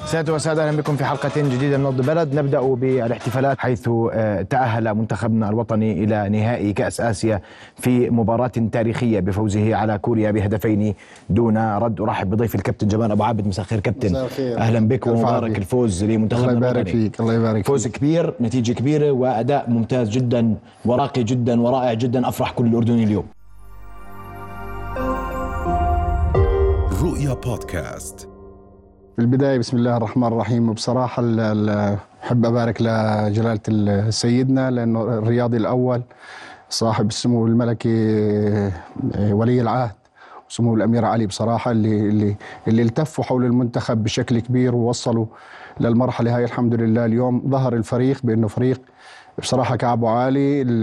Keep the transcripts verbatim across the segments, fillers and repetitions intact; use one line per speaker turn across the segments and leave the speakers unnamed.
سادة وسادة، أهلا بكم في حلقة جديدة من نبض البلد. نبدأ بالاحتفالات حيث تأهل منتخبنا الوطني إلى نهائي كأس آسيا في مباراة تاريخية بفوزه على كوريا بهدفين دون رد. أرحب بضيف الكابتن جمال أبو عابد. مساء الخير كابتن.
مساء الخير.
أهلا بك ومبارك الفوز لمنتخبنا
الله يبارك
الوطني.
فيك. الله يبارك
فوز
فيك.
كبير، نتيجة كبيرة وأداء ممتاز جدا وراقي جدا ورائع جدا، أفرح كل الأردني اليوم.
رؤيا بودكاست.
في البداية بسم الله الرحمن الرحيم. وبصراحة أحب أبارك لجلالة سيدنا، لأنه الرياضي الأول صاحب السمو الملكي ولي العهد وسمو الأمير علي، بصراحة اللي اللي اللي التفوا حول المنتخب بشكل كبير ووصلوا للمرحلة هاي. الحمد لله اليوم ظهر الفريق بأنه فريق بصراحة كعبه عالي، ال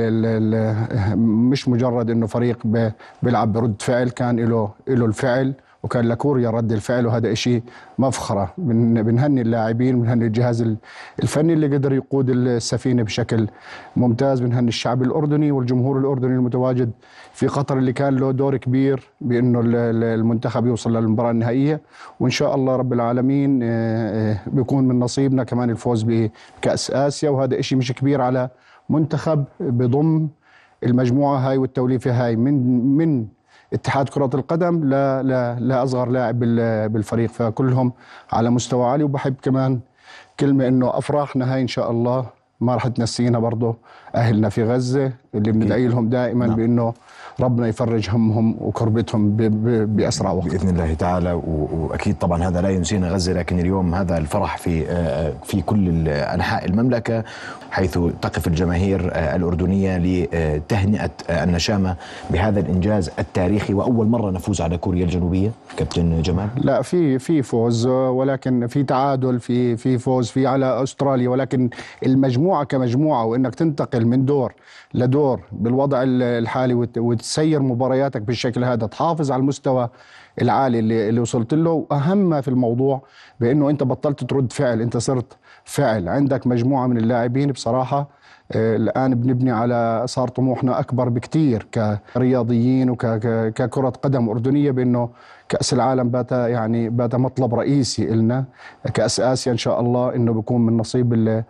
ال مش مجرد أنه فريق بيلعب برد فعل، كان له له الفعل وكان لكوريا رد الفعل، وهذا إشي مفخرة. بنهني اللاعبين، بنهني الجهاز الفني اللي قدر يقود السفينة بشكل ممتاز، بنهني الشعب الأردني والجمهور الأردني المتواجد في قطر اللي كان له دور كبير بأنه المنتخب يوصل للمباراة النهائية. وإن شاء الله رب العالمين بيكون من نصيبنا كمان الفوز بكأس آسيا، وهذا إشي مش كبير على منتخب بضم المجموعة هاي والتوليفة هاي من من اتحاد كرة القدم لا لا لا أصغر لاعب بالفريق، فكلهم على مستوى عالي. وبحب كمان كلمة إنه أفراحنا هاي إن شاء الله ما راح تنسينا برضه أهلنا في غزة اللي بندعي لهم دائما نعم. بأنه ربنا يفرج همهم وكربتهم بأسرع وقت
بإذن الله تعالى. وأكيد طبعا هذا لا ينسينا غزة، لكن اليوم هذا الفرح في في كل أنحاء المملكة، حيث تقف الجماهير الأردنية لتهنئة النشامة بهذا الإنجاز التاريخي، وأول مرة نفوز على كوريا الجنوبية. كابتن جمال،
لا في في فوز، ولكن في تعادل، في في فوز في على أستراليا، ولكن المجموعة كمجموعة وإنك تنتقل من دور لدور بالوضع الحالي وتسير مبارياتك بالشكل هذا، تحافظ على المستوى العالي اللي, اللي وصلت له. وأهم ما في الموضوع بأنه أنت بطلت ترد فعل، أنت صرت فعل. عندك مجموعة من اللاعبين بصراحة آه الآن بنبني على، صار طموحنا أكبر بكتير كرياضيين وككرة قدم أردنية، بأنه كأس العالم بات يعني بات مطلب رئيسي إلنا. كأس آسيا إن شاء الله إنه بيكون من نصيب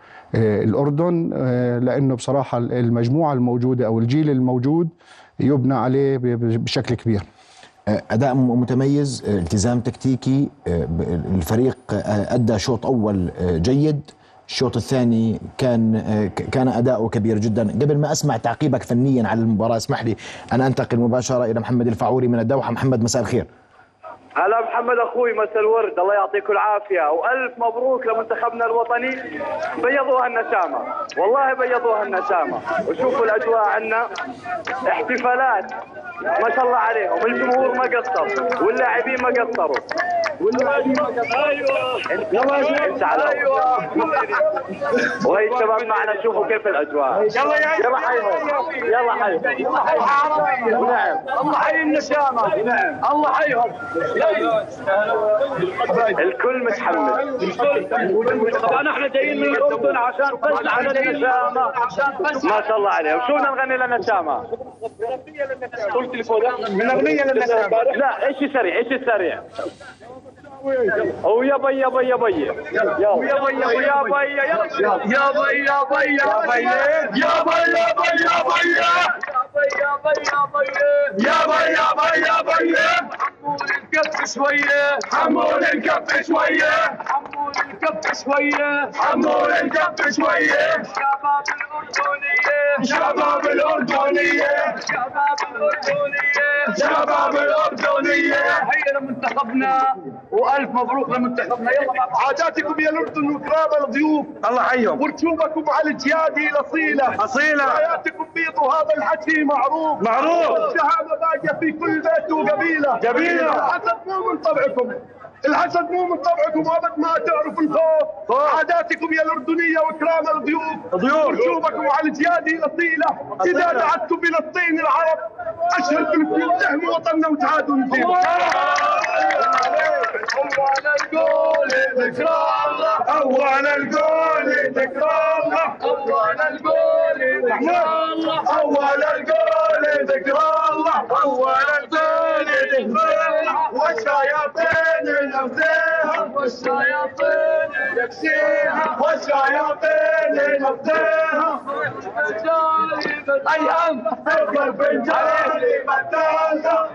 الأردن، آه لأنه بصراحة المجموعة الموجودة أو الجيل الموجود يبنى عليه بشكل كبير.
أداء متميز، التزام تكتيكي، الفريق أدى شوط أول جيد، الشوط الثاني كان كان أداؤه كبير جدا. قبل ما أسمع تعقيبك فنيا على المباراة اسمح لي أنا أنتقل مباشرة إلى محمد الفعوري من الدوحة. محمد مساء الخير.
هلا محمد اخوي، مساء الورد، الله يعطيكم العافيه والف مبروك لمنتخبنا الوطني. بيضوها النسامه، والله بيضوها النسامه. وشوفوا الاجواء عندنا احتفالات ما شاء الله عليهم، الجمهور ما قصر واللاعبين ما قصروا واللاعبين ما قصروا. ايوه انت على ايوه وهي الشباب معنا، شوفوا كيف الاجواء. يلا يلا حيهم، يلا حيهم، الله حيهم. نعم الله حي النسامه، نعم الله حيهم. الكل متحمس. طبعا احنا جايين من الاردن عشان بس على النسامه، ما شاء الله عليهم. شو بدنا نغني للنسامه؟ من اغنيه للنسامه. لا ايش سريع، ايش سريع. او يا بي يا بي يا بي يا بي يا بي يا بي يا بي يا بي يا بي يا بي يا بي يا بي يا بي يا بي يا بي يا بي حمول الكف شويه، حمول الكف شويه، حمول الكف شويه، حمول الكف شويه. شباب الأردنية، شباب الأردنية، شباب الأردنية، شباب الأردنية. هيا لمنتخبنا والف مبروك لمنتخبنا. يلا حاجاتكم يا الأردن وكرام الضيوف، الله حيهم. ورسومكم على الجيادي الأصيلة أصيلة، حياتكم بيض وهذا الحكي معروف معروف. الشهامة باقية في كل بيت وقبيلة قبيلة. الحسد مو من طبعكم، الحسد مو من طبعكم وابد ما تعرفوا الخوف. عاداتكم يا الأردنية وإكرام الضيوف ضيوف ورسومكم على الجيادي الأصيلة. إذا دعتم فلسطين العرب أشهد بالفيوم تحموا وطننا وتعادوا نزيد. أول القول ذكرى الله، أول القول ذكرى الله، أول القول ذكرى الله، أول القول ذكرى الله، أول القول ذكرى الله. والشياطين نفسها، والشياطين نكسيها والشياطين نبديها ايام فوق الفنجان بدلنا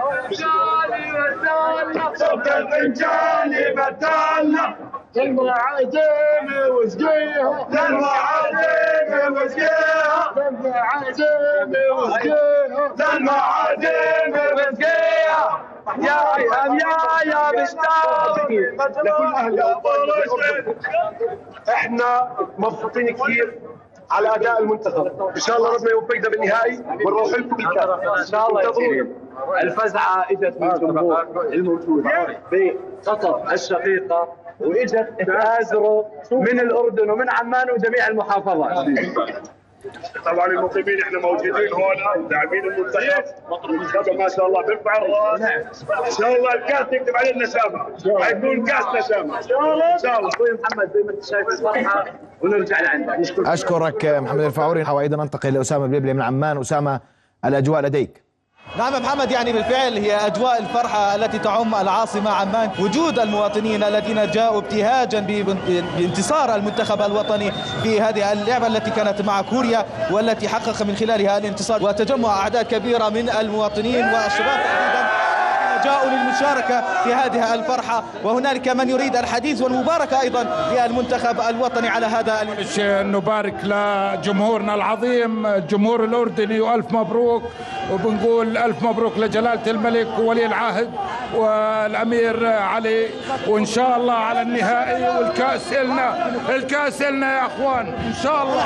فوق الفنجان بدلنا للمعازيم وسقيها للمعازيم وسقيها للمعازيم وسقيها للمعازيم وسقيها يا ايام يا يا مشتاق لكل اهل الأرض. احنا مبسوطين كثير على اداء المنتخب، ان شاء الله ربنا يوفقنا بالنهائي ونروح لكم بالكاس ان شاء الله. يا الفزعه اجت من الجمهور الموجود بقطر الشقيقه، واجت تآزروا من الاردن ومن عمان وجميع المحافظات.
طبعا المقيمين احنا موجودين هنا داعمين المنتخب، المنتخب ما شاء الله بيرفع الراس، ان شاء الله الكاس يكتب عليه النسامه، حيكون كاس نسامه ان شاء الله. ان شاء الله
اخوي محمد زي ما انت شايف الفرحه ونرجع لعندك. نشكرك.
اشكرك محمد الفاعوري. وايضا ننتقل لاسامه بلبلي من عمان. اسامه، الاجواء لديك؟
نعم محمد، يعني بالفعل هي أجواء الفرحة التي تعم العاصمة عمان، وجود المواطنين الذين جاءوا ابتهاجا بانتصار المنتخب الوطني في هذه اللعبة التي كانت مع كوريا والتي حقق من خلالها الانتصار، وتجمع أعداد كبيرة من المواطنين والشباب تحديدا جاءوا للمشاركة في هذه الفرحة، وهنالك من يريد الحديث والمباركة أيضا للمنتخب الوطني على هذا.
نبارك لجمهورنا العظيم الجمهور الأردني وألف مبروك، وبنقول ألف مبروك لجلالة الملك وولي العهد والأمير علي، وإن شاء الله على النهائي والكأس إلنا، الكأس إلنا يا أخوان إن شاء الله.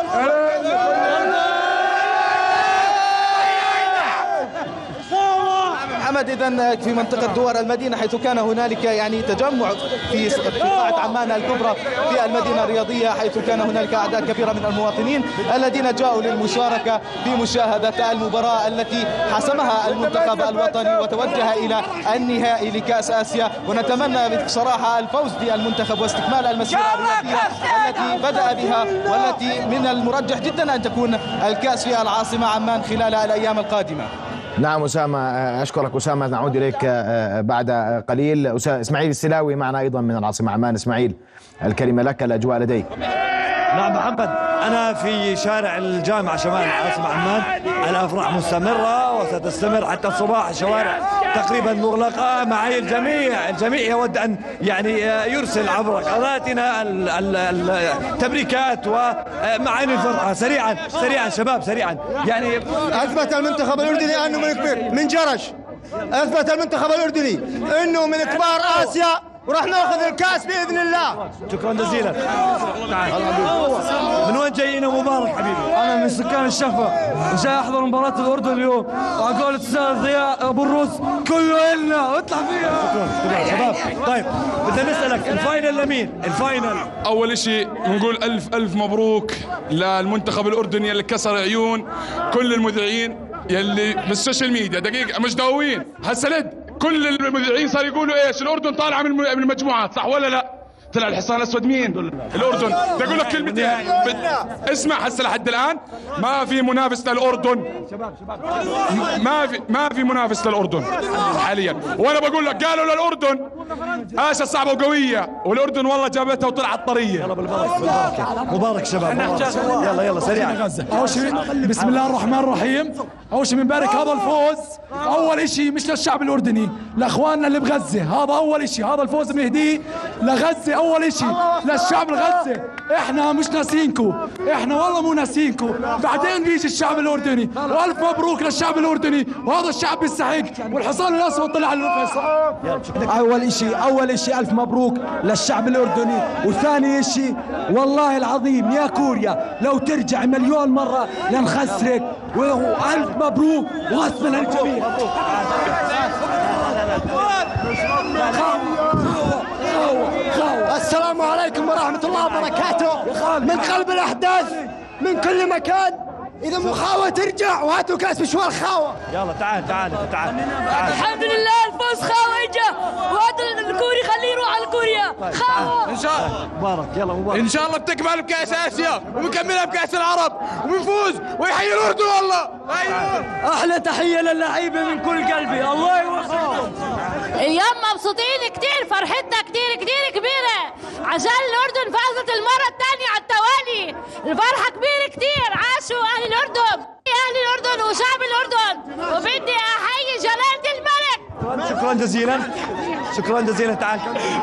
محمد، إذن في منطقة دوار المدينة حيث كان هنالك يعني تجمع في قاعة عمان الكبرى في المدينة الرياضية، حيث كان هنالك أعداد كبيرة من المواطنين الذين جاءوا للمشاركة في مشاهدة المباراة التي حسمها المنتخب الوطني وتوجه إلى النهائي لكأس آسيا. ونتمنى بصراحة الفوز للمنتخب واستكمال المسيرة الرياضية التي بدأ بها، والتي من المرجح جدا أن تكون الكأس في العاصمة عمان خلال الأيام القادمة.
نعم أسامة، أشكرك أسامة. نعود إليك بعد قليل. إسماعيل السلاوي معنا أيضا من العاصمة عمان. إسماعيل، الكلمة لك، الأجواء لديك.
نعم محمد، أنا في شارع الجامعة شمال العاصمة عمان، الأفراح مستمرة وستستمر حتى الصباح، الشوارع تقريبا مغلقة. معي الجميع الجميع يود أن يعني يرسل عبر قناتنا التبريكات ومعاني الفرحة. سريعا سريعا شباب سريعا. يعني
أثبت المنتخب الأردني أنه من كبير من جرش، أثبت المنتخب الأردني أنه من كبار آسيا، وراح ناخذ الكاس باذن الله.
شكرا جزيلا. من وين جايين مبارك حبيبي؟
انا من سكان الشفا وجاي احضر مباراه الاردن اليوم، واقول الاستاذ ضياء ابو الروس كله النا واطلع فيها.
شكرا شباب. طيب بدنا نسالك الفاينل لمين؟ الفاينل
اول شيء بنقول الف الف مبروك للمنتخب الاردني اللي كسر عيون كل المذيعين يلي بالسوشيال ميديا. دقيقه مش داوين هسه لد كل المذيعين صار يقولوا ايش الأردن طالعة من المجموعات، صح ولا لا؟ طلع الحصان الأسود مين؟ الأردن. بدي أقول لك كلمتين. اسمع هسه لحد الآن ما في منافس للأردن، ما في ما في منافس للأردن حاليا. وأنا بقول لك قالوا للأردن آسيا صعبة وقوية، والأردن والله جابتها وطلعت طرية.
يلا بالبركة مبارك شباب. يلا يلا سريعا.
أول شيء بسم الله الرحمن الرحيم. أول شيء بنبارك هذا الفوز، أول شيء مش للشعب الأردني، لأخواننا اللي بغزة. هذا أول شيء، هذا الفوز بنهديه لغزة أول شيء، للشعب الغزة. إحنا مش ناسينكم، إحنا والله مو ناسينكم. بعدين بيجي الشعب الأردني، وألف مبروك للشعب الأردني، وهذا الشعب بيستحق، والحصان الأسود طلع على الفيصل.
أول شيء أول شيء ألف مبروك للشعب الأردني، وثاني شيء والله العظيم يا كوريا لو ترجع مليون مرة لنخسرك، وألف مبروك وغصبا الجميع. السلام عليكم ورحمة الله وبركاته. من قلب الأحداث من كل مكان، إذا مو خاوة ترجع وهاتوا كاس مشوار خاوة.
يلا تعال تعال تعال, تعال.
الحمد لله الفوز خاوة اجا، وهذا الكوري خليه يروح على كوريا خاوة
ان شاء الله.
مبارك يلا مبارك.
ان شاء الله بتكمل بكاس اسيا وبنكملها بكاس العرب وبنفوز ويحيي الاردن والله.
احلى تحية للعيبة من كل قلبي، الله يوفقهم. اليوم مبسوطين كتير، فرحتنا كتير كتير كبيرة عشان الأردن فازت المرة الثانية على التوالي. الفرحة كبيرة كتير. عاشوا أهل الأردن، أهل الأردن وشعب الأردن، وبدي أحيي جلالة الملك.
شكرا جزيلا، شكرا جزيلا. تعال.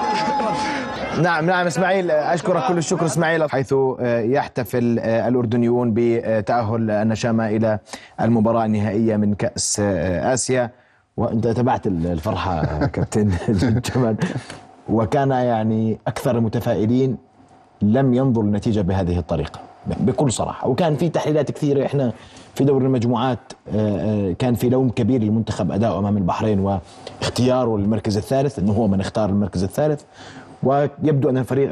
نعم نعم اسماعيل، اشكرك كل الشكر اسماعيل. حيث يحتفل الاردنيون بتاهل النشامه الى المباراه النهائيه من كاس اسيا، وانت تابعت الفرحه كابتن جمال، وكان يعني اكثر المتفائلين لم ينظر النتيجه بهذه الطريقه بكل صراحه، وكان في تحليلات كثيره. احنا في دور المجموعات كان في لوم كبير للمنتخب اداؤه امام البحرين واختياره للمركز الثالث، انه هو من اختار المركز الثالث، ويبدو أن الفريق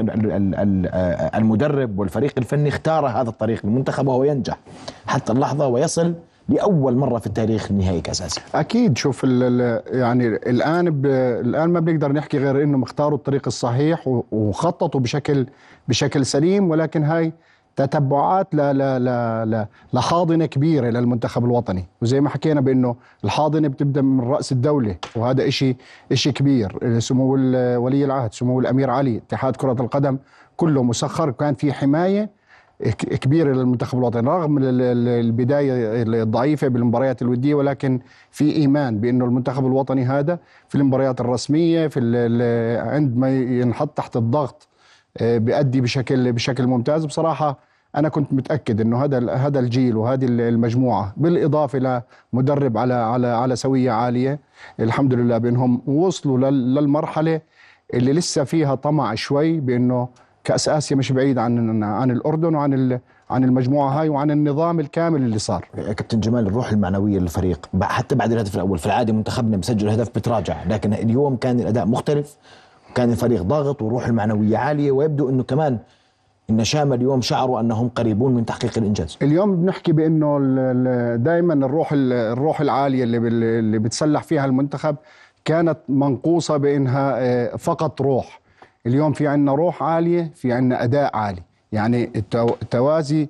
المدرب والفريق الفني اختار هذا الطريق للمنتخب وهو ينجح حتى اللحظة ويصل لأول مرة في التاريخ نهائي كأس آسيا.
أكيد. شوف يعني الآن الآن ما بنقدر نحكي غير إنهم اختاروا الطريق الصحيح وخططوا بشكل بشكل سليم، ولكن هاي تتبعات لا لا لا لا لحاضنه كبيره للمنتخب الوطني، وزي ما حكينا بانه الحاضنه بتبدا من راس الدوله، وهذا إشي إشي كبير. سمو ولي العهد سمو الامير علي، اتحاد كره القدم كله مسخر، كان في حمايه كبيره للمنتخب الوطني رغم البدايه الضعيفه بالمباريات الوديه، ولكن في ايمان بانه المنتخب الوطني هذا في المباريات الرسميه في عندما ينحط تحت الضغط بيأدي بشكل بشكل ممتاز. بصراحه انا كنت متاكد انه هذا هذا الجيل وهذه المجموعه بالاضافه لمدرب على على على سويه عاليه، الحمد لله بانهم وصلوا للمرحله اللي لسه فيها طمع شوي بانه كأس آسيا مش بعيد عن عن الأردن وعن عن المجموعة هاي وعن النظام الكامل اللي صار.
كابتن جمال، الروح المعنوية للفريق حتى بعد الهدف الأول، في العادة منتخبنا بسجل هدف بتراجع، لكن اليوم كان الأداء مختلف، كان الفريق ضاغط والروح المعنوية عالية، ويبدو أنه كمان النشامة اليوم شعروا أنهم قريبون من تحقيق الإنجاز.
اليوم بنحكي بأنه دائما الروح الروح العالية اللي اللي بتسلح فيها المنتخب كانت منقوصة بأنها فقط روح. اليوم في عنا روح عالية، في عنا أداء عالي، يعني التوازي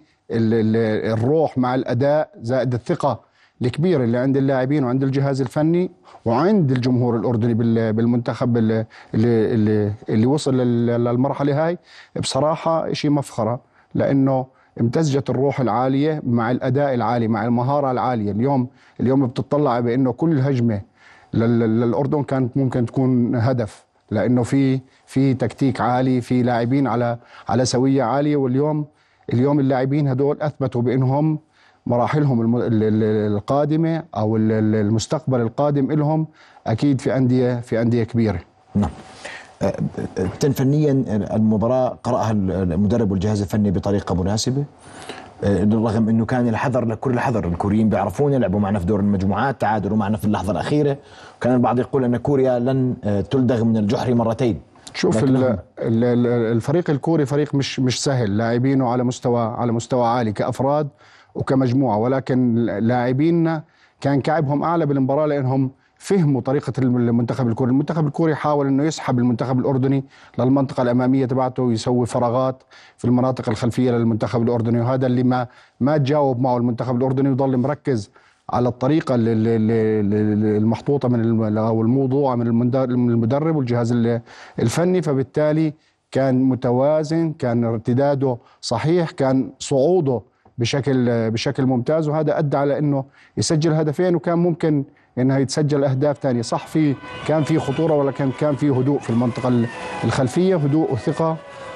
الروح مع الأداء زائد الثقة الكبيرة اللي عند اللاعبين وعند الجهاز الفني وعند الجمهور الأردني بالمنتخب اللي, اللي, اللي وصل للمرحلة هاي. بصراحة شيء مفخرة، لأنه امتزجت الروح العالية مع الأداء العالي مع المهارة العالية. اليوم اليوم بتطلع بأنه كل هجمة للأردن كانت ممكن تكون هدف، لأنه في في تكتيك عالي، في لاعبين على على سوية عالية. واليوم اليوم اللاعبين هدول أثبتوا بأنهم مراحلهم القادمة أو المستقبل القادم لهم أكيد في أندية في أندية كبيرة.
نعم. فنيا المباراة قرأها المدرب والجهاز الفني بطريقة مناسبة، رغم أنه كان الحذر لكل الحذر. الكوريين بيعرفون يلعبوا معنا في دور المجموعات، تعادلوا معنا في اللحظة الأخيرة، وكان البعض يقول أن كوريا لن تلدغ من الجحر مرتين.
شوف الفريق الكوري فريق مش مش سهل، لاعبينه على مستوى على مستوى عالي كأفراد وكمجموعة، ولكن لاعبيننا كان كعبهم أعلى بالمباراة لأنهم فهموا طريقة المنتخب الكوري. المنتخب الكوري حاول أنه يسحب المنتخب الأردني للمنطقة الأمامية تبعته ويسوي فراغات في المناطق الخلفية للمنتخب الأردني، وهذا اللي ما ما تجاوب معه المنتخب الأردني ويضل مركز على الطريقة المحطوطة من أو الموضوع من المدرب والجهاز الفني. فبالتالي كان متوازن، كان ارتداده صحيح، كان صعوده بشكل بشكل ممتاز، وهذا أدى على أنه يسجل هدفين، وكان ممكن انها يتسجل اهداف ثانيه. صح في كان في خطوره، ولكن كان في هدوء في المنطقه الخلفيه، هدوء وثقه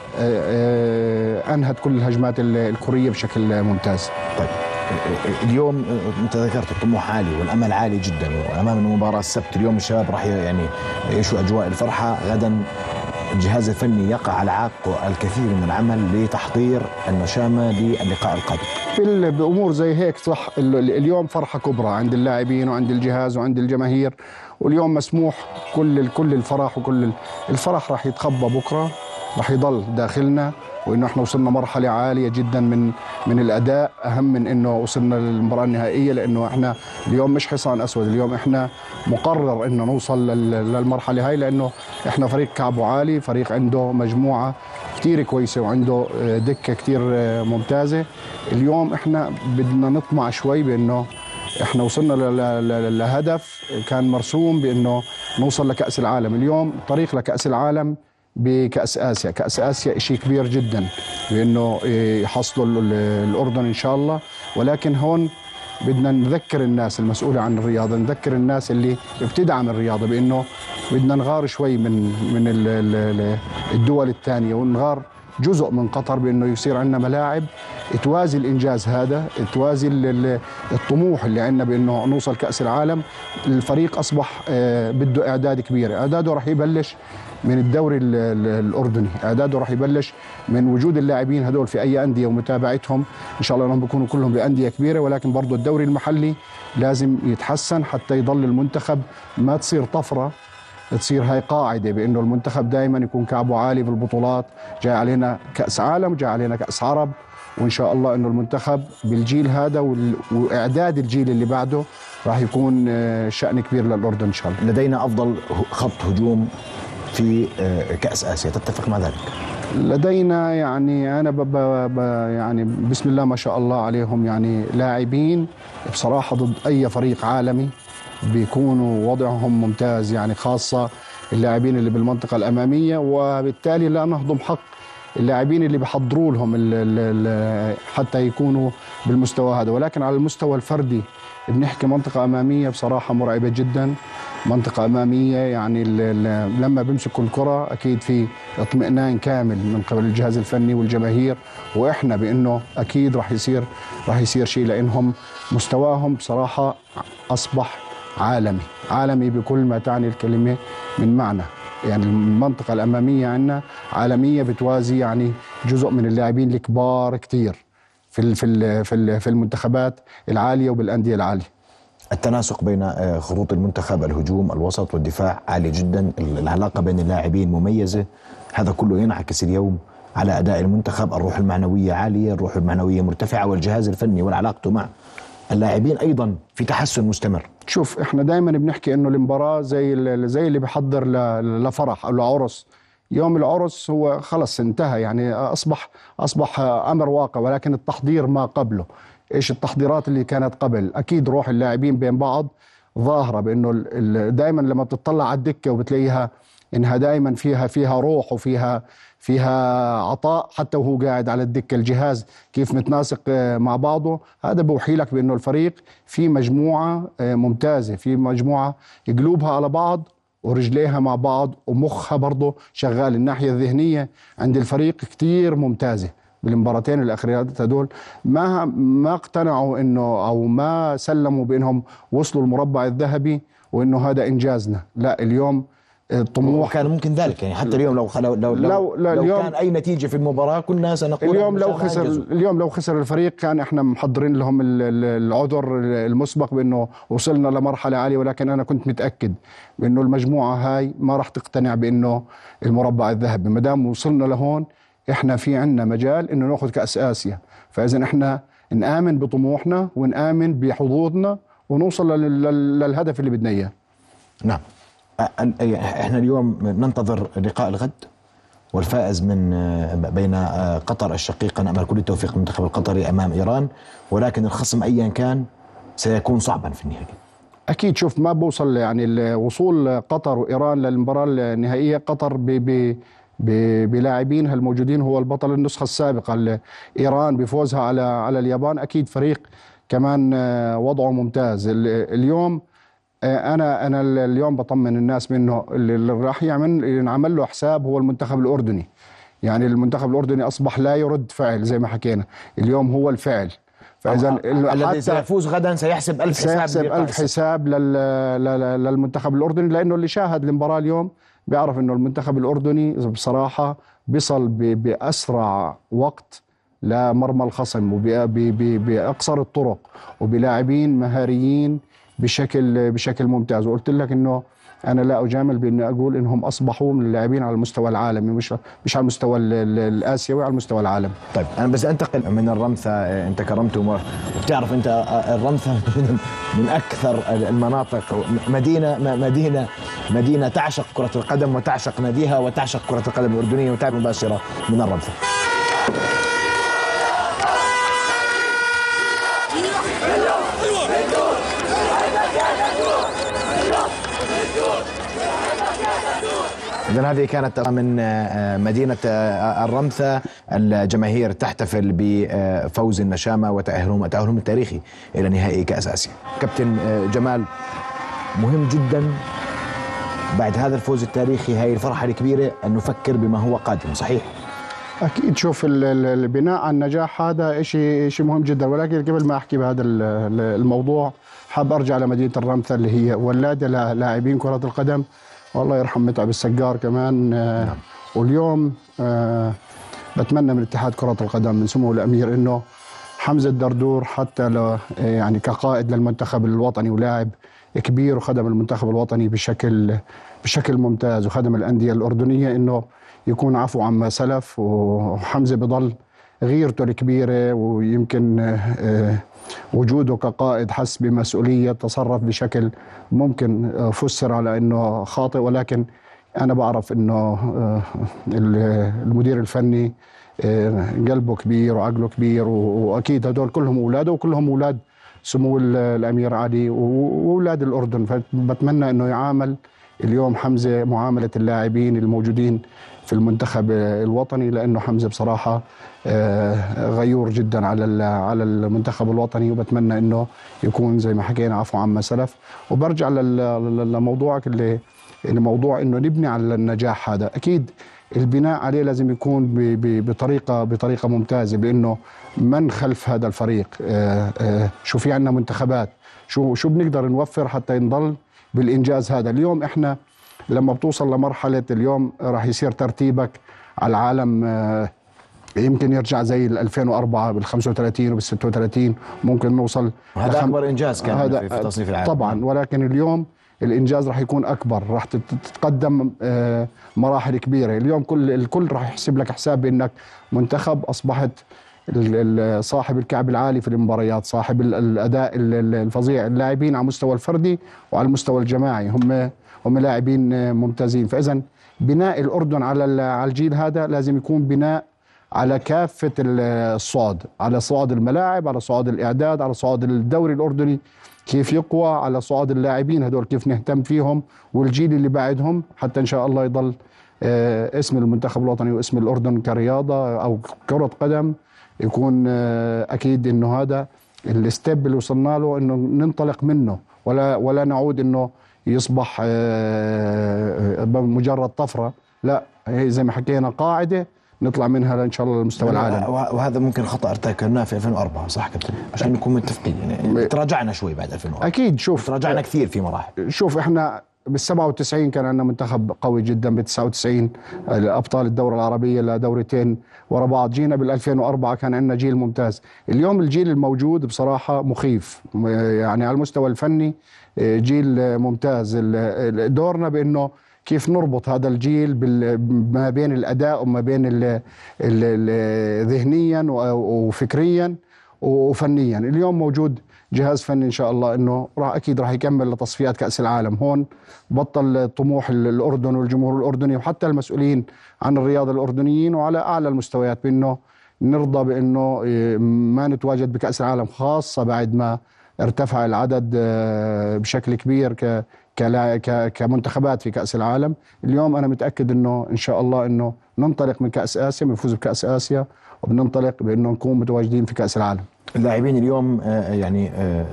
انهت كل الهجمات الكوريه بشكل ممتاز.
طيب اليوم انت ذكرت الطموح عالي والامل عالي جدا، وامام المباراه السبت اليوم الشباب راح يعني يعيشوا اجواء الفرحه. غدا الجهاز الفني يقع على عاتقه الكثير من العمل لتحضير النشامه للقاء القادم.
في بامور زي هيك صح، اليوم فرحه كبرى عند اللاعبين وعند الجهاز وعند الجماهير، واليوم مسموح كل كل الفرح وكل الفرح راح يتخبى بكره، راح يضل داخلنا، وانه احنا وصلنا مرحله عاليه جدا من من الاداء، اهم من انه وصلنا للمباراه النهائيه، لانه احنا اليوم مش حصان اسود، اليوم احنا مقرر انه نوصل للمرحله هاي، لانه احنا فريق كعبه عالي، فريق عنده مجموعه كثير كويسه وعنده دكه كثير ممتازه. اليوم احنا بدنا نطمع شوي بانه احنا وصلنا لهدف كان مرسوم بانه نوصل لكأس العالم. اليوم طريق لكأس العالم بكأس آسيا. كأس آسيا شيء كبير جدا بأنه يحصلوا الأردن إن شاء الله، ولكن هون بدنا نذكر الناس المسؤولة عن الرياضة، نذكر الناس اللي بتدعم الرياضة بأنه بدنا نغار شوي من من الدول الثانية، ونغار جزء من قطر بأنه يصير عندنا ملاعب توازي الإنجاز هذا، توازي الطموح اللي عندنا بأنه نوصل كأس العالم. الفريق أصبح بده إعداد كبير، إعداده رح يبلش من الدوري الأردني، إعداده رح يبلش من وجود اللاعبين هدول في أي أندية ومتابعتهم، إن شاء الله أنهم بيكونوا كلهم بأندية كبيرة، ولكن برضو الدوري المحلي لازم يتحسن حتى يضل المنتخب ما تصير طفرة، تصير هاي قاعدة بأنه المنتخب دائما يكون كعبه عالي في البطولات. جاي علينا كأس عالم، جاي علينا كأس عرب، وإن شاء الله أنه المنتخب بالجيل هذا وإعداد الجيل اللي بعده راح يكون شأن كبير للأردن إن شاء الله.
لدينا أفضل خط هجوم في كأس آسيا، تتفق مع ذلك؟
لدينا يعني أنا ب ب يعني بسم الله ما شاء الله عليهم، يعني لاعبين بصراحة ضد أي فريق عالمي بيكونوا وضعهم ممتاز، يعني خاصة اللاعبين اللي بالمنطقة الأمامية، وبالتالي لا نهضم حق اللاعبين اللي بيحضروا لهم ال ال حتى يكونوا بالمستوى هذا. ولكن على المستوى الفردي بنحكي منطقة أمامية بصراحة مرعبة جدا، منطقة أمامية يعني لما بيمسكوا الكرة أكيد في اطمئنان كامل من قبل الجهاز الفني والجماهير، وإحنا بأنه أكيد راح يصير راح يصير شيء، لأنهم مستواهم بصراحة أصبح عالمي، عالمي بكل ما تعني الكلمة من معنى. يعني المنطقة الأمامية عندنا عالمية بتوازي يعني جزء من اللاعبين الكبار كتير في في في في المنتخبات العالية وبالأندية العالية.
التناسق بين خطوط المنتخب، الهجوم، الوسط والدفاع عالي جدا، العلاقة بين اللاعبين مميزة، هذا كله ينعكس اليوم على أداء المنتخب. الروح المعنوية عالية، الروح المعنوية مرتفعة، والجهاز الفني وعلاقته مع اللاعبين أيضا في تحسن مستمر.
شوف احنا دائما بنحكي انه المباراة زي زي اللي بيحضر لفرح او لعرس، يوم العرس هو خلص انتهى، يعني اصبح اصبح امر واقع، ولكن التحضير ما قبله. ايش التحضيرات اللي كانت قبل؟ اكيد روح اللاعبين بين بعض ظاهرة، بانه دائما لما بتطلع على الدكة وبتلاقيها انها دائما فيها فيها روح وفيها فيها عطاء، حتى وهو قاعد على الدكة الجهاز كيف متناسق مع بعضه، هذا بوحي لك بأنه الفريق في مجموعة ممتازة، في مجموعة قلوبها على بعض ورجليها مع بعض ومخها برضه شغال. الناحية الذهنية عند الفريق كتير ممتازة. بالمباراتين الأخيرات هدول ما ما اقتنعوا إنه أو ما سلموا بأنهم وصلوا المربع الذهبي وإنه هذا إنجازنا، لا اليوم الطموح
كان ممكن ذلك، يعني حتى اليوم لو لو لو, لو, لو اليوم كان اي نتيجه في المباراه كنا سنقول
اليوم لو خسر اليوم لو خسر الفريق كان احنا محضرين لهم العذر المسبق بانه وصلنا لمرحله عاليه، ولكن انا كنت متاكد بانه المجموعه هاي ما راح تقتنع بانه المربع الذهبي. ما دام وصلنا لهون احنا في عندنا مجال انه ناخذ كاس اسيا، فاذا احنا نآمن بطموحنا ونآمن بحظوظنا ونوصل للهدف اللي بدنا اياه.
نعم. احنا اليوم ننتظر لقاء الغد والفائز من بين قطر الشقيقة، نأمل كل التوفيق للمنتخب القطري أمام إيران، ولكن الخصم أيا كان سيكون صعبا في النهاية.
أكيد. شوف ما بوصل يعني وصول قطر وإيران للمباراة النهائية، قطر ب ب بلاعبينها الموجودين هو البطل النسخة السابقة، إيران بفوزها على على اليابان أكيد فريق كمان وضعه ممتاز. اليوم أنا أنا اليوم بطمن الناس منه اللي راح يعمل ينعمل له حساب هو المنتخب الأردني. يعني المنتخب الأردني أصبح لا يرد فعل زي ما حكينا، اليوم هو الفعل.
فإذا الذي سيفوز غدا سيحسب ألف حساب
سيحسب ألف حساب للمنتخب الأردني، لأنه اللي شاهد المباراة اليوم بيعرف إنه المنتخب الأردني بصراحة بيصل بأسرع وقت لمرمى الخصم وبأقصر الطرق وبلاعبين مهاريين بشكل بشكل ممتاز. وقلت لك انه انا لا اجامل باني اقول انهم اصبحوا من اللاعبين على المستوى العالمي، مش مش على المستوى الاسيوي، على المستوى العالمي.
طيب انا بس انتقل من الرمثة، انت كرمته وبتعرف انت الرمثة من اكثر المناطق، مدينه مدينه مدينه تعشق كرة القدم وتعشق ناديها وتعشق كرة القدم الأردنية، وتابع مباشرة من الرمثة. إذن هذه كانت من مدينة الرمثة. الجماهير تحتفل بفوز النشامة وتأهلهم تأهلهم التاريخي إلى نهائي كأس آسيا. كابتن جمال، مهم جدا بعد هذا الفوز التاريخي، هاي الفرحة الكبيرة، أن نفكر بما هو قادم، صحيح؟
أكيد. شوف، البناء على النجاح هذا شيء شيء مهم جدا، ولكن قبل ما أحكي بهذا الموضوع حاب أرجع لمدينة الرمثة اللي هي ولادة لاعبين كرة القدم، والله يرحم متعب السجار كمان. نعم. واليوم بتمنى من اتحاد كرة القدم من سمو الأمير إنه حمزة الدردور حتى لو يعني كقائد للمنتخب الوطني ولاعب كبير وخدم المنتخب الوطني بشكل بشكل ممتاز وخدم الأندية الأردنية، إنه يكون عفو عما سلف. وحمزة بضل غيرته الكبيرة، ويمكن وجوده كقائد حس بمسؤولية، تصرف بشكل ممكن فسر على أنه خاطئ، ولكن أنا بعرف أنه المدير الفني قلبه كبير وعقله كبير، وأكيد هدول كلهم أولاده وكلهم أولاد سمو الأمير علي وأولاد الأردن. فبتمنى أنه يعامل اليوم حمزة معاملة اللاعبين الموجودين في المنتخب الوطني، لأنه حمزة بصراحة غيور جدا على على المنتخب الوطني، وبتمنى أنه يكون زي ما حكينا عفو عما سلف. وبرجع لموضوعك اللي الموضوع أنه نبني على النجاح هذا. أكيد البناء عليه لازم يكون بطريقة بطريقة ممتازة، بأنه من خلف هذا الفريق، شو في عندنا منتخبات، شو شو بنقدر نوفر حتى نضل بالإنجاز هذا. اليوم إحنا لما بتوصل لمرحلة اليوم راح يصير ترتيبك على العالم يمكن يرجع زي ألفين وأربعة بال خمسة وثلاثين وبال ستة وثلاثين، ممكن نوصل.
هذا أكبر إنجاز كان هذا في تصنيف العالم
طبعا، ولكن اليوم الإنجاز راح يكون أكبر، راح تتقدم مراحل كبيرة. اليوم كل الكل راح يحسب لك حساب بأنك منتخب أصبحت صاحب الكعب العالي في المباريات، صاحب الأداء الفظيع، اللاعبين على المستوى الفردي وعلى المستوى الجماعي هم هم لاعبين ممتازين. فإذا بناء الأردن على على الجيل هذا لازم يكون بناء على كافة الصعد، على صعد الملاعب، على صعد الإعداد، على صعد الدوري الأردني كيف يقوى، على صعد اللاعبين هذول كيف نهتم فيهم، والجيل اللي بعدهم حتى إن شاء الله يضل اسم المنتخب الوطني واسم الأردن كرياضة أو كرة قدم يكون أكيد إنه هذا الستيب اللي وصلنا له إنه ننطلق منه، ولا ولا نعود إنه يصبح مجرد طفرة، لا، هي زي ما حكينا قاعدة نطلع منها إن شاء الله لمستوى العالم.
وهذا ممكن خطأ ارتكبناه في ألفين وأربعة، صح كابتن؟ عشان نكون متفقين، يعني تراجعنا شوي بعد ألفين وأربعة.
أكيد. شوف،
تراجعنا كثير في مراحل.
شوف، إحنا بالسبعة وتسعين كان عندنا منتخب قوي جدا، بالتسعة وتسعين أبطال الدورة العربية لدورتين ورا بعض، جينا بالألفين وأربعة كان عندنا جيل ممتاز. اليوم الجيل الموجود بصراحة مخيف، يعني على المستوى الفني جيل ممتاز. دورنا بأنه كيف نربط هذا الجيل ما بين الأداء وما بين ال ال ذهنيا وفكريا وفنيا. اليوم موجود جهاز فني إن شاء الله إنه راح أكيد راح يكمل لتصفيات كأس العالم. هون بطل طموح الأردن والجمهور الأردني وحتى المسؤولين عن الرياضة الأردنيين وعلى أعلى المستويات بأنه نرضى بأنه ما نتواجد بكأس العالم، خاصة بعد ما ارتفع العدد بشكل كبير ك كمنتخبات في كأس العالم. اليوم أنا متأكد أنه إن شاء الله أنه ننطلق من كأس آسيا، بنفوز بكأس آسيا، وبننطلق بأنه نكون متواجدين في كأس العالم.
اللاعبين اليوم يعني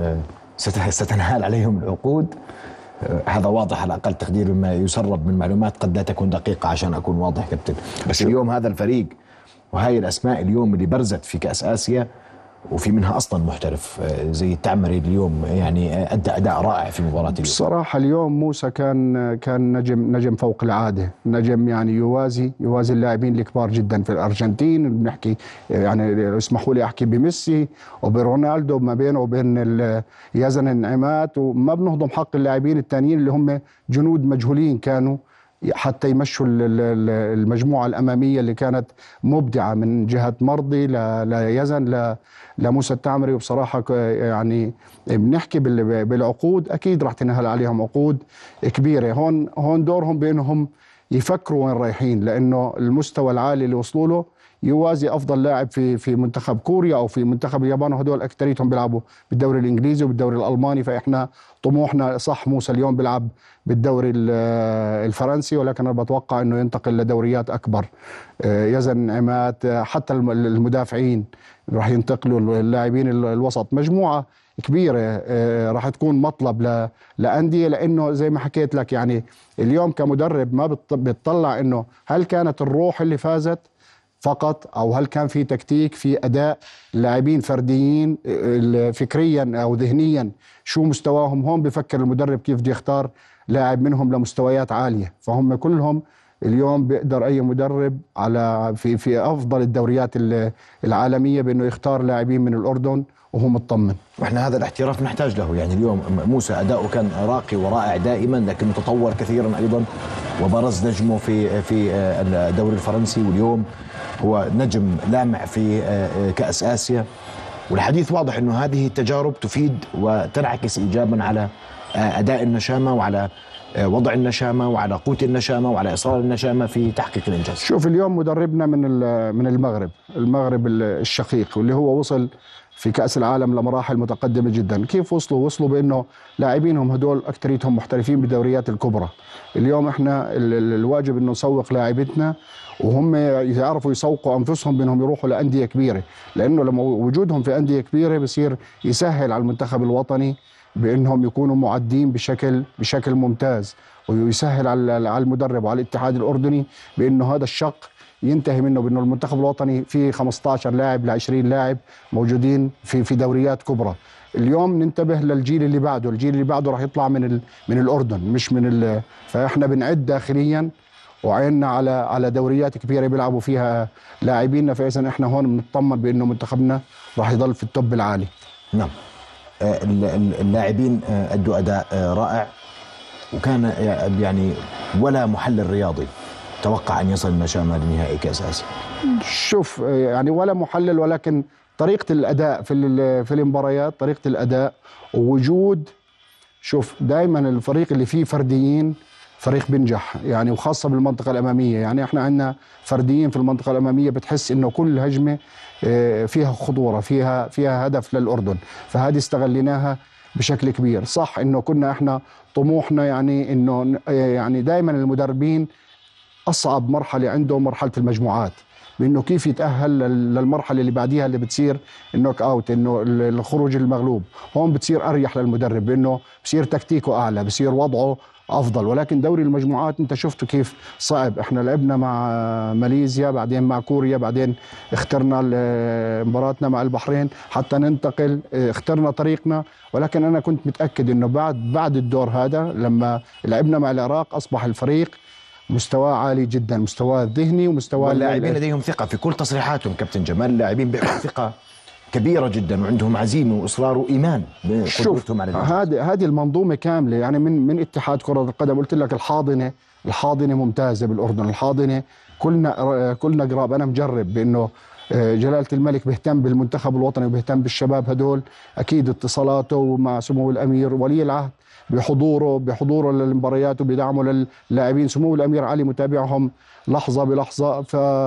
ستنهال عليهم العقود، هذا واضح على أقل تقدير مما يسرب من معلومات قد لا تكون دقيقة عشان أكون واضح كابتن. بس اليوم هذا الفريق وهاي الأسماء اليوم اللي برزت في كأس آسيا وفي منها أصلا محترف زي التعمري اليوم، يعني أدى أداء رائع في مباراة اليوم.
بصراحة اليوم موسى كان كان نجم نجم فوق العادة، نجم يعني يوازي يوازي اللاعبين الكبار جدا في الأرجنتين. بنحكي يعني اسمحوا لي أحكي بميسي وبرونالدو، ما بينه وبين يزن النعمات، وما بنهضم حق اللاعبين الثانيين اللي هم جنود مجهولين كانوا حتى يمشوا المجموعة الأمامية اللي كانت مبدعة من جهة مرضي ليزن لموسى التعمري. وبصراحة يعني بنحكي بالعقود أكيد راح تنهال عليهم عقود كبيرة. هون هون دورهم بأنهم يفكروا وين رايحين، لانه المستوى العالي اللي وصلوا له يوازي افضل لاعب في في منتخب كوريا او في منتخب اليابان، وهدول اكثريتهم بيلعبوا بالدوري الانجليزي وبالدوري الالماني. فاحنا طموحنا صح موسى اليوم بيلعب بالدوري الفرنسي، ولكن انا بتوقع انه ينتقل لدوريات اكبر. يزن عماد، حتى المدافعين راح ينتقلوا، اللاعبين الوسط، مجموعه كبيره راح تكون مطلب لانديه، لانه زي ما حكيت لك يعني اليوم كمدرب ما بتطلع انه هل كانت الروح اللي فازت فقط، او هل كان في تكتيك، في اداء لاعبين فرديين فكريا او ذهنيا شو مستواهم. هون بفكر المدرب كيف بده يختار لاعب منهم لمستويات عاليه. فهم كلهم اليوم بيقدر اي مدرب على في في افضل الدوريات العالميه بانه يختار لاعبين من الاردن وهو مطمن.
واحنا هذا الاحتراف نحتاج له. يعني اليوم موسى اداؤه كان راقي ورائع دائما، لكنه تطور كثيرا ايضا وبرز نجمه في في الدوري الفرنسي، واليوم هو نجم لامع في كأس آسيا. والحديث واضح انه هذه التجارب تفيد وتنعكس ايجابا على اداء النشامه وعلى وضع النشامه وعلى قوت النشامه وعلى اصرار النشامه في تحقيق الانجاز.
شوف اليوم مدربنا من من المغرب، المغرب الشقيق، واللي هو وصل في كأس العالم لمراحل متقدمة جدا. كيف وصلوا؟ وصلوا بأنه لاعبينهم هدول أكثريتهم محترفين بالدوريات الكبرى. اليوم احنا الواجب أنه نسوق لاعبتنا وهم يعرفوا يسوقوا أنفسهم بأنهم يروحوا لأندية كبيرة، لأنه لما وجودهم في أندية كبيرة بصير يسهل على المنتخب الوطني بأنهم يكونوا معدين بشكل بشكل ممتاز، ويسهل على المدرب وعلى الاتحاد الأردني بأنه هذا الشق ينتهي منه، بانه المنتخب الوطني فيه خمسة عشر لاعب ل عشرين لاعب موجودين في في دوريات كبرى. اليوم ننتبه للجيل اللي بعده، الجيل اللي بعده راح يطلع من من الاردن مش من ال... فاحنا بنعد داخليا وعيننا على على دوريات كبيره بيلعبوا فيها لاعبينا، فاذا احنا هون بنطمن بانه منتخبنا راح يضل في التوب العالي.
نعم. اللاعبين ادوا اداء رائع، وكان يعني ولا محلل رياضي توقع أن يصل النشامة لنهائي كأس آسيا.
شوف يعني ولا محلل، ولكن طريقة الأداء في في المباريات، طريقة الأداء ووجود، شوف دائما الفريق اللي فيه فرديين فريق بينجح يعني، وخاصة بالمنطقة الأمامية. يعني احنا عندنا فرديين في المنطقة الأمامية بتحس إنه كل هجمة فيها خطورة، فيها فيها هدف للأردن، فهذه استغليناها بشكل كبير. صح إنه كنا احنا طموحنا يعني إنه يعني دائما المدربين أصعب مرحلة عندهم مرحلة المجموعات، بأنه كيف يتأهل للمرحلة اللي بعديها اللي بتصير النوك أوت، إنه الخروج المغلوب. هون بتصير أريح للمدرب، بأنه بصير تكتيكه أعلى، بصير وضعه أفضل. ولكن دوري المجموعات أنت شفتوا كيف صعب. إحنا لعبنا مع ماليزيا، بعدين مع كوريا، بعدين اخترنا مباراتنا مع البحرين حتى ننتقل، اخترنا طريقنا. ولكن أنا كنت متأكد إنه بعد بعد الدور هذا لما لعبنا مع العراق أصبح الفريق مستوى عالي جدا، مستوى الذهني ومستوى
اللاعبين لديهم ثقة في كل تصريحاتهم. كابتن جمال اللاعبين بيعطوا ثقة كبيرة جدا، وعندهم عزيمة وإصرار وإيمان بقدرتهم على النجاح.
هذه هذه المنظومة كاملة يعني من من اتحاد كرة القدم. قلت لك الحاضنة الحاضنة ممتازة بالأردن، الحاضنة كلنا كلنا قراب. أنا مجرب بأنه جلالة الملك بيهتم بالمنتخب الوطني وبيهتم بالشباب هدول، أكيد اتصالاته مع سمو الأمير ولي العهد بحضوره بحضوره للمباريات وبدعمه للاعبين. سمو الامير علي متابعهم لحظه بلحظه،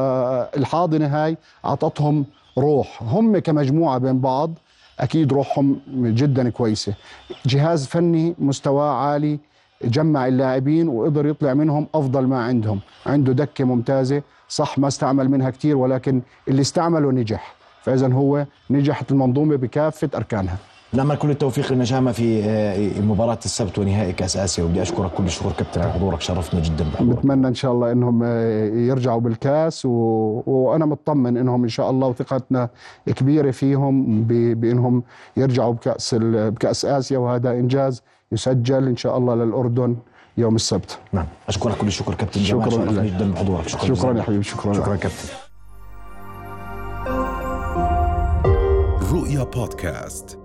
فالحاضنه هاي اعطتهم روح. هم كمجموعه بين بعض اكيد روحهم جدا كويسه. جهاز فني مستواه عالي جمع اللاعبين وقدر يطلع منهم افضل ما عندهم. عنده دكه ممتازه، صح ما استعمل منها كثير ولكن اللي استعمله نجح. فاذا هو نجحت المنظومه بكافه اركانها.
نعمل كل التوفيق للنجامة في مباراة السبت ونهائي كأس آسيا، وبدي أشكرك كل الشكر كابتن على حضورك، شرفنا جدا بحضورك.
بتمنى إن شاء الله إنهم يرجعوا بالكاس، و... وأنا مطمن إنهم إن شاء الله، وثقتنا كبيرة فيهم ب... بإنهم يرجعوا بكأس ال... بكأس آسيا، وهذا إنجاز يسجل إن شاء الله للأردن يوم السبت.
نعم، أشكرك كل الشكر كابتن جمال، شرفنا جدا بحضورك.
شكرا, شكرا يا حبيبي. شكرا
شكرا كابتن.
رؤيا بودكاست.